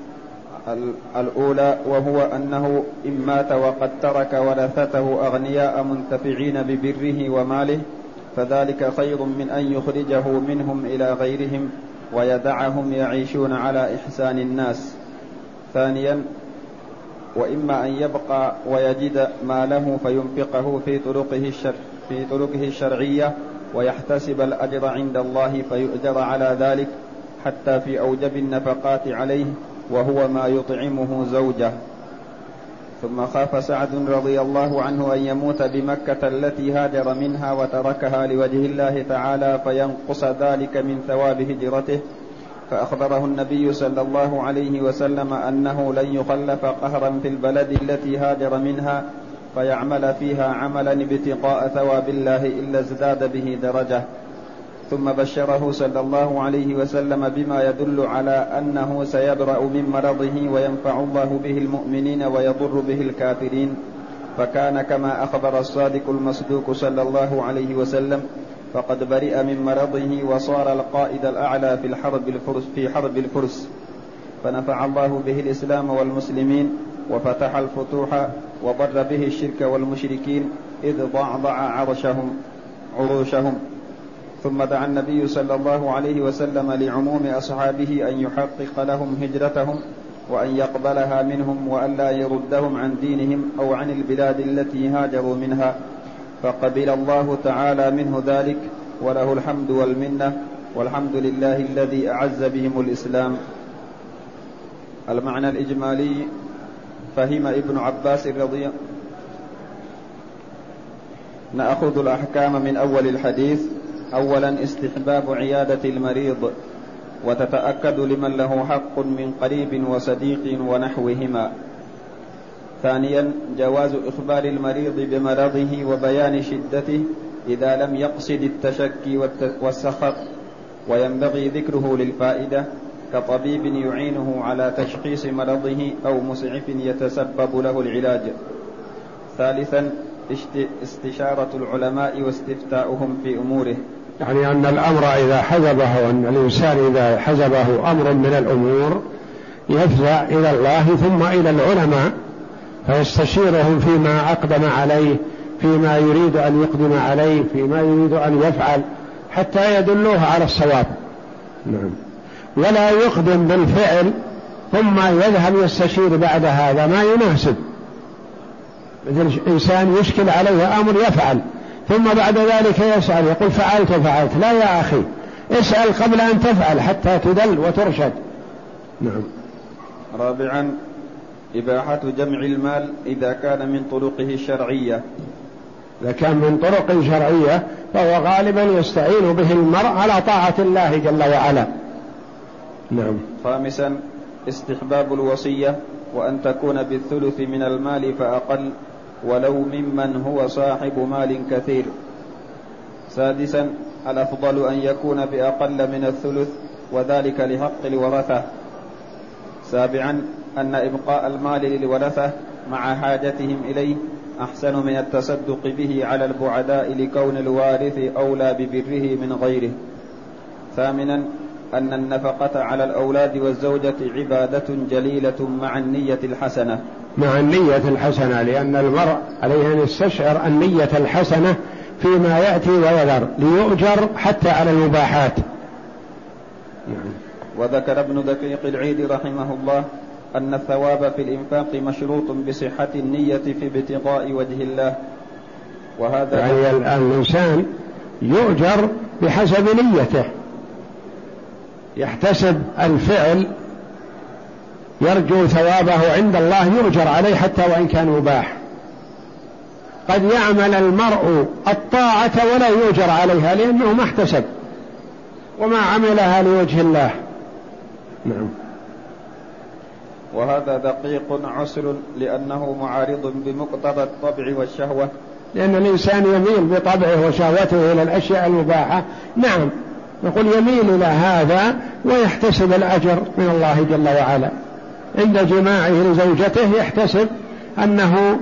الأولى وهو أنه إن مات وقد ترك ورثته أغنياء منتفعين ببره وماله فذلك خير من أن يخرجه منهم إلى غيرهم ويدعهم يعيشون على إحسان الناس. ثانيا وإما أن يبقى ويجد ماله فينفقه في طرقه الشر في طرقه الشرعية ويحتسب الأجر عند الله فيؤجر على ذلك حتى في أوجب النفقات عليه وهو ما يطعمه زوجه. ثم خاف سعد رضي الله عنه أن يموت بمكة التي هاجر منها وتركها لوجه الله تعالى فينقص ذلك من ثواب هجرته، فأخبره النبي صلى الله عليه وسلم أنه لن يخلف قهرا في البلد التي هاجر منها فيعمل فيها عملا ابتغاء ثواب الله إلا ازداد به درجة. ثم بشره صلى الله عليه وسلم بما يدل على أنه سيبرأ من مرضه وينفع الله به المؤمنين ويضر به الكافرين، فكان كما أخبر الصادق المصدوق صلى الله عليه وسلم، فقد برئ من مرضه وصار القائد الأعلى في الحرب الفرس في حرب الفرس، فنفع الله به الإسلام والمسلمين وفتح الفتوح وضر به الشرك والمشركين إذ ضعضع عرشهم عروشهم. ثم دعا النبي صلى الله عليه وسلم لعموم أصحابه أن يحقق لهم هجرتهم وأن يقبلها منهم وأن لا يردهم عن دينهم أو عن البلاد التي هاجروا منها، فقبل الله تعالى منه ذلك وله الحمد والمنة، والحمد لله الذي أعز بهم الإسلام. المعنى الإجمالي: فهم ابن عباس رضي الله نأخذ الأحكام من أول الحديث. أولا استحباب عيادة المريض، وتتأكد لمن له حق من قريب وصديق ونحوهما. ثانيا جواز إخبار المريض بمرضه وبيان شدته إذا لم يقصد التشكي والسخط، وينبغي ذكره للفائدة كطبيب يعينه على تشخيص مرضه أو مسعف يتسبب له العلاج. ثالثا استشارة العلماء واستفتاؤهم في أموره، يعني أن الأمر إذا حزبه أن الإنسان إذا حزبه أمر من الأمور يفزع إلى الله ثم إلى العلماء فيستشيرهم فيما أقدم عليه، فيما يريد أن يقدم عليه، فيما يريد أن يفعل، حتى يدلوه على الصواب. نعم. ولا يقدم بالفعل ثم يذهب يستشير بعد هذا، ما يناسب. مثل إنسان يشكل عليه أمر يفعل ثم بعد ذلك يسأل يقول فعلت وفعلت. لا يا أخي، اسأل قبل أن تفعل حتى تدل وترشد. نعم. رابعا إباحة جمع المال إذا كان من طرقه الشرعية. إذا كان من طرق شرعية فهو غالبا يستعين به المرء على طاعة الله جل وعلا. نعم. خامسا استحباب الوصية، وأن تكون بالثلث من المال فأقل ولو ممن هو صاحب مال كثير. سادسا الأفضل أن يكون بأقل من الثلث، وذلك لحق الورثة. سابعا أن إبقاء المال للورثة مع حاجتهم إليه أحسن من التصدق به على البعداء لكون الوارث أولى ببره من غيره. ثامنا أن النفقة على الأولاد والزوجة عبادة جليلة مع النية الحسنة. مع النية الحسنة، لأن المرء عليه أن يستشعر النية الحسنة فيما يأتي ويذر ليؤجر حتى على المباحات. وذكر ابن دقيق العيد رحمه الله أن الثواب في الإنفاق مشروط بصحة النية في ابتغاء وجه الله، وهذا يعني الإنسان يؤجر بحسب نيته، يحتسب الفعل يرجو ثوابه عند الله يؤجر عليه حتى وإن كان مباح. قد يعمل المرء الطاعة ولا يؤجر عليها لأنه ما احتسب وما عملها لوجه الله. نعم. وهذا دقيق عسر لأنه معارض بمقتضى الطبع والشهوة، لأن الإنسان يميل بطبعه وشهوته إلى الأشياء المباحة. نعم، نقول يميل إلى هذا ويحتسب الأجر من الله جل وعلا. عند جماعه لزوجته يحتسب أنه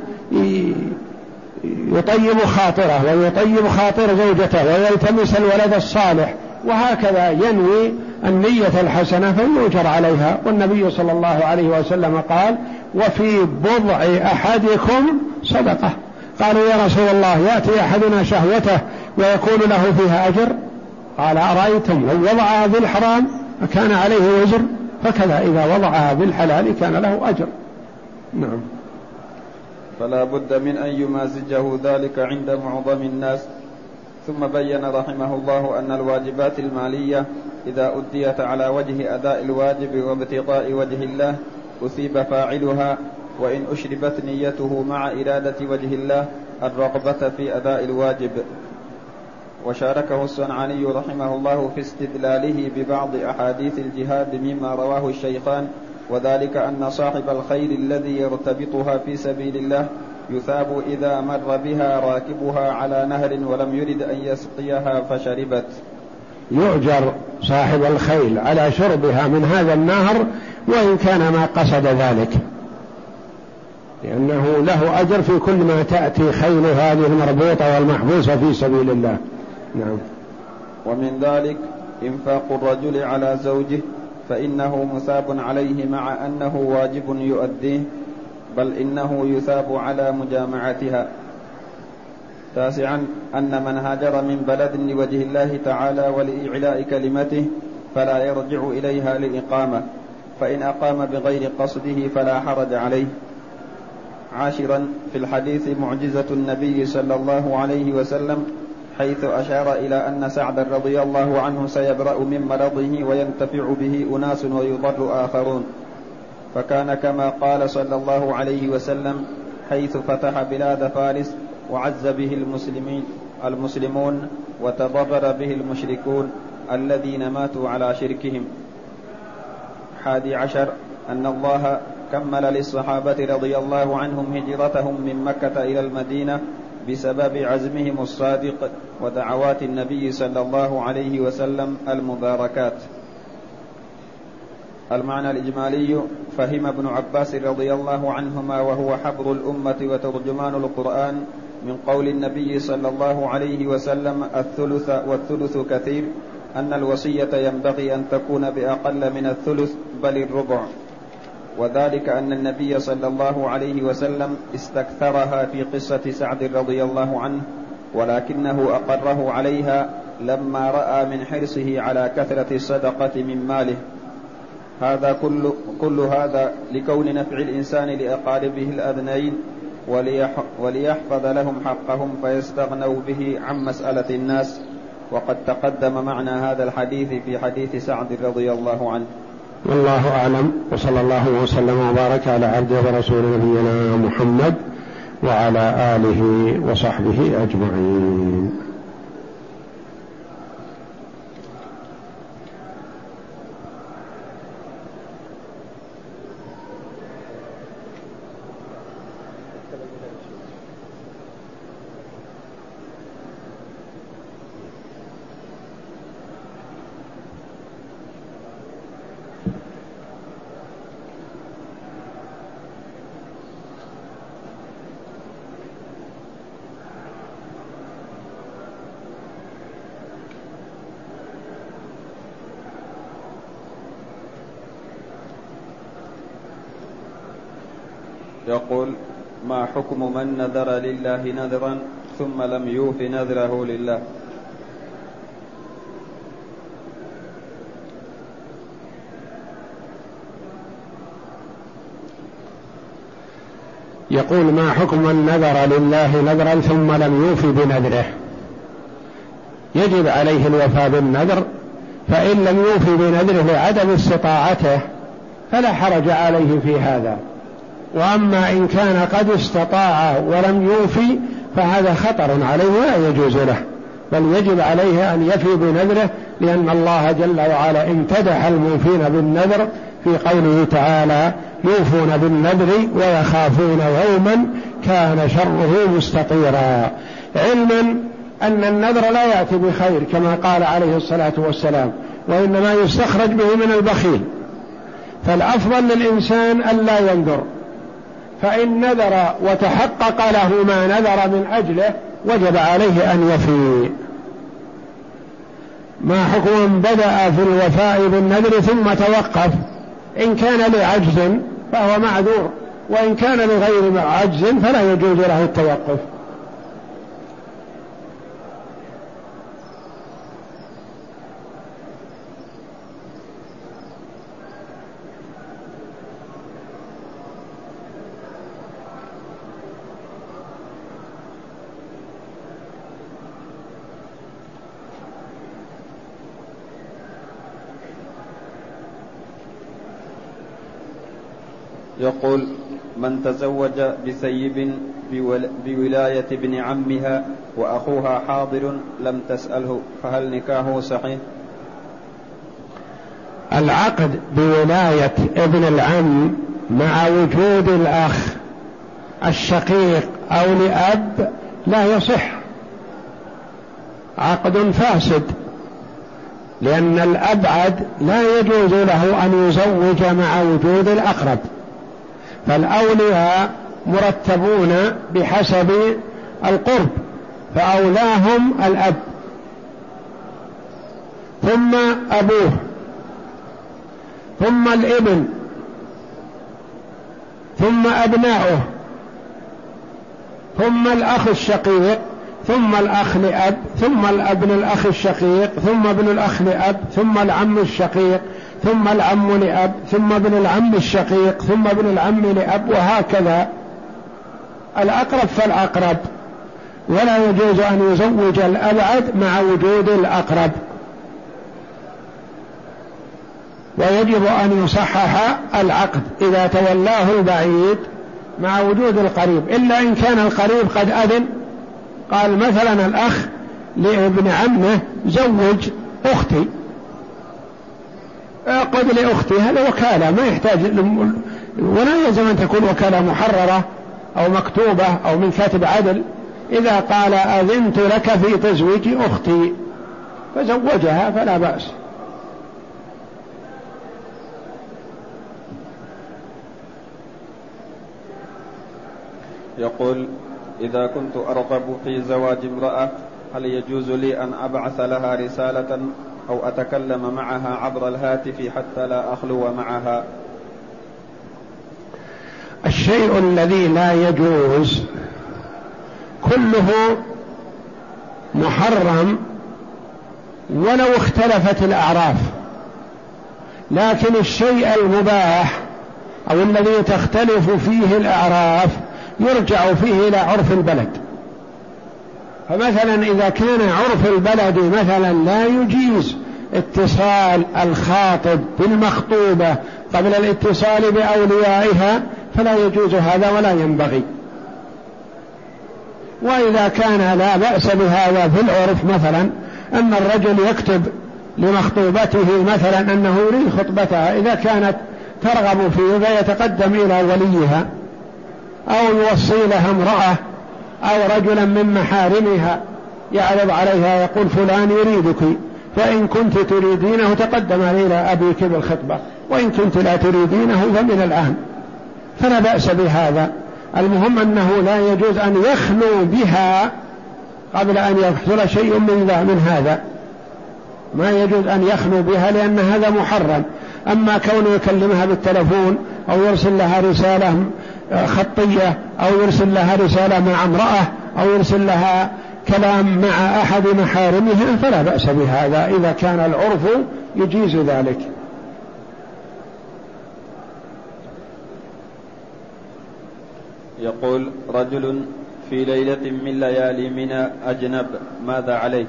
يطيب خاطره ويطيب خاطر زوجته ويلتمس الولد الصالح، وهكذا ينوي النية الحسنة فيؤجر عليها. والنبي صلى الله عليه وسلم قال: وفي بضع أحدكم صدقة. قالوا: يا رسول الله، يأتي أحدنا شهوته ويكون له فيها أجر؟ قال: أرأيتم لو وضعها في الحرام أكان عليه وزر؟ فكذا إذا وضعها في الحلال كان له أجر. نعم. فلا بد من أن يمازجه ذلك عند معظم الناس. ثم بين رحمه الله أن الواجبات المالية إذا أديت على وجه أداء الواجب وابتغاء وجه الله أثيب فاعلها، وإن أشربت نيته مع إرادة وجه الله الرغبة في أداء الواجب. وشاركه الصنعاني رحمه الله في استدلاله ببعض أحاديث الجهاد مما رواه الشيخان، وذلك أن صاحب الخيل الذي يرتبطها في سبيل الله يثاب إذا مر بها راكبها على نهر ولم يرد أن يسقيها فشربت. يؤجر صاحب الخيل على شربها من هذا النهر وإن كان ما قصد ذلك، لأنه له أجر في كل ما تأتي خيل هذه المربوطة والمحبوسة في سبيل الله. نعم. ومن ذلك إنفاق الرجل على زوجه، فإنه مثاب عليه مع أنه واجب يؤديه، بل إنه يثاب على مجامعتها. تاسعا أن من هاجر من بلد لوجه الله تعالى ولإعلاء كلمته فلا يرجع إليها لإقامة، فإن أقام بغير قصده فلا حرج عليه. عاشرا في الحديث معجزة النبي صلى الله عليه وسلم، حيث أشار إلى أن سعد رضي الله عنه سيبرأ من مرضه وينتفع به أناس ويضر آخرون، فكان كما قال صلى الله عليه وسلم: حيث فتح بلاد فارس وعز به المسلمين المسلمون وتضرر به المشركون الذين ماتوا على شركهم. حادي عشر أن الله كمل للصحابة رضي الله عنهم هجرتهم من مكة إلى المدينة بسبب عزمهم الصادق ودعوات النبي صلى الله عليه وسلم المباركات. المعنى الإجمالي: فهم ابن عباس رضي الله عنهما وهو حبر الأمة وترجمان القرآن من قول النبي صلى الله عليه وسلم: الثلث والثلث كثير، أن الوصية ينبغي أن تكون بأقل من الثلث بل الربع، وذلك أن النبي صلى الله عليه وسلم استكثرها في قصة سعد رضي الله عنه، ولكنه أقره عليها لما رأى من حرصه على كثرة الصدقة من ماله. هذا كل, كل هذا لكون نفع الإنسان لأقاربه الأدنين وليحفظ لهم حقهم فيستغنوا به عن مسألة الناس، وقد تقدم معنى هذا الحديث في حديث سعد رضي الله عنه. والله أعلم، وصلى الله وسلم وبارك على عبده ورسول نبينا محمد وعلى آله وصحبه أجمعين. يقول: ما حكم من نذر لله نذرا ثم لم يوف نذره لله؟ يقول: ما حكم من نذر لله نذرا ثم لم يوف بنذره؟ يجب عليه الوفاء بالنذر، فإن لم يوف بنذره لعدم استطاعته فلا حرج عليه في هذا. وأما إن كان قد استطاع ولم يوفي فهذا خطر عليه ولا يجوز له، بل يجب عليه أن يفي بنذره، لأن الله جل وعلا امتدح الموفين بالنذر في قوله تعالى: يوفون بالنذر ويخافون يوما كان شره مستطيرا، علما أن النذر لا يأتي بخير كما قال عليه الصلاة والسلام، وإنما يستخرج به من البخيل. فالأفضل للإنسان ألا ينذر، فإن نذر وتحقق له ما نذر من أجله وجب عليه أن يفي. ما حكم من بدأ في الوفاء بالنذر ثم توقف؟ إن كان لعجز فهو معذور، وإن كان لغير عجز فلا يجوز له التوقف. يقول: من تزوج بسيب بولاية ابن عمها وأخوها حاضر لم تسأله فهل نكاحه صحيح؟ العقد بولاية ابن العم مع وجود الأخ الشقيق أو لأب لا يصح، عقد فاسد، لأن الأبعد لا يجوز له أن يزوج مع وجود الأقرب، فالأولياء مرتبون بحسب القرب، فأولاهم الأب ثم أبوه ثم الابن ثم أبناؤه ثم الأخ الشقيق ثم الأخ لأب ثم الابن الأخ الشقيق ثم ابن الأخ لأب ثم العم الشقيق ثم العم لأب ثم ابن العم الشقيق ثم ابن العم لأب، وهكذا الأقرب فالأقرب، ولا يجوز أن يزوج الأبعد مع وجود الأقرب، ويجب أن يصحح العقد إذا تولاه البعيد مع وجود القريب، إلا إن كان القريب قد أذن، قال مثلا الأخ لابن عمه: زوج أختي، قد لأختي، هذا وكالة ما يحتاج، ولا يلزم أن تكون وكالة محررة أو مكتوبة أو من كاتب عدل. إذا قال: أذنت لك في تزويج أختي، فزوجها فلا بأس. يقول: إذا كنت أرغب في زواج امرأة هل يجوز لي أن أبعث لها رسالة أو أتكلم معها عبر الهاتف حتى لا أخلو معها؟ الشيء الذي لا يجوز كله محرم ولو اختلفت الأعراف، لكن الشيء المباح أو الذي تختلف فيه الأعراف يرجع فيه إلى عرف البلد. فمثلا إذا كان عرف البلد مثلا لا يجيز اتصال الخاطب بالمخطوبة قبل الاتصال بأوليائها فلا يجوز هذا ولا ينبغي. وإذا كان لا بأس بهذا في العرف، مثلا أن الرجل يكتب لمخطوبته مثلا أنه يريد خطبتها، إذا كانت ترغب فيه فيتقدم إلى وليها أو يوصي لها امرأة أو رجلا من محارمها يعرض عليها يقول: فلان يريدك، فإن كنت تريدينه تقدم إلى أبيك بالخطبة، وإن كنت لا تريدينه فمن الآن، فلا بأس بهذا. المهم أنه لا يجوز أن يخلو بها قبل أن يحصل شيء من ذا من هذا، ما يجوز أن يخلو بها لأن هذا محرم. أما كونه يكلمها بالتلفون أو يرسل لها رسالة خطية أو يرسل لها رسالة مع امرأة أو يرسل لها كلام مع أحد محارمها فلا بأس بهذا إذا كان العرف يجيز ذلك. يقول: رجل في ليلة من ليالي منى أجنب، ماذا عليه؟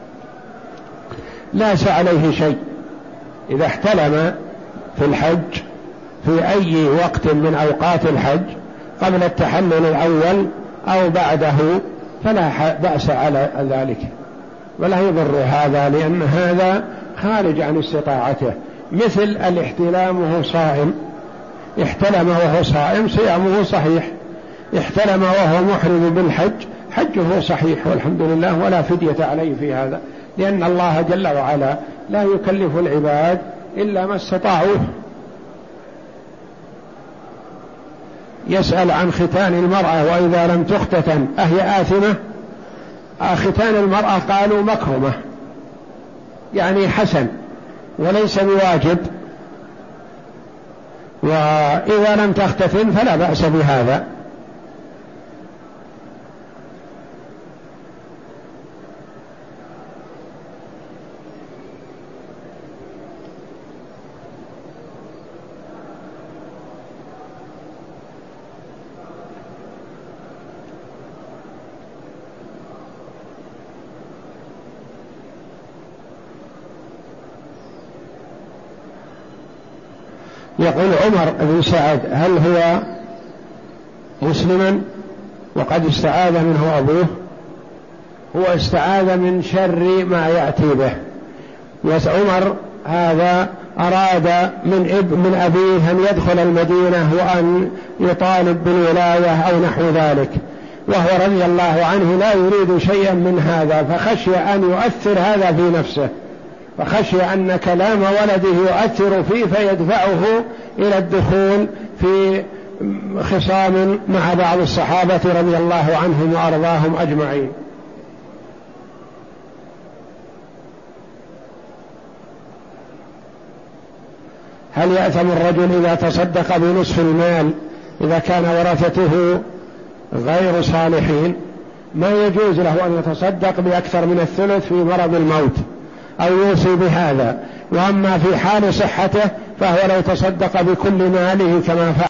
ليس عليه شيء إذا احتلم في الحج في أي وقت من أوقات الحج قبل التحلل الأول أو بعده فلا بأس على ذلك، ولا يضر هذا، لأن هذا خارج عن استطاعته، مثل الاحتلام وهو صائم، احتلم وهو صائم صيامه صحيح، احتلم وهو محرم بالحج حجه صحيح والحمد لله، ولا فدية عليه في هذا، لأن الله جل وعلا لا يكلف العباد إلا ما استطاعوه. يسأل عن ختان المرأة وإذا لم تختتن أهي آثمة؟ ختان المرأة قالوا مكرمة، يعني حسن وليس بواجب، وإذا لم تختتن فلا بأس بهذا. يقول عمر بن سعد: هل هو مسلما وقد استعاذ منه أبوه؟ هو استعاذ من شر ما يأتي به، وعمر هذا أراد من اب من أبيه أن يدخل المدينة وأن يطالب بالولاية أو نحو ذلك، وهو رضي الله عنه لا يريد شيئا من هذا، فخشي أن يؤثر هذا في نفسه، فخشي أن كلام ولده يؤثر فيه فيدفعه إلى الدخول في خصام مع بعض الصحابة رضي الله عنهم وأرضاهم أجمعين. هل يأثم الرجل إذا تصدق بنصف المال إذا كان ورثته غير صالحين؟ ما يجوز له أن يتصدق بأكثر من الثلث في مرض الموت أو يوصي بهذا، وأما في حال صحته فهو لو تصدق بكل ماله كما فعل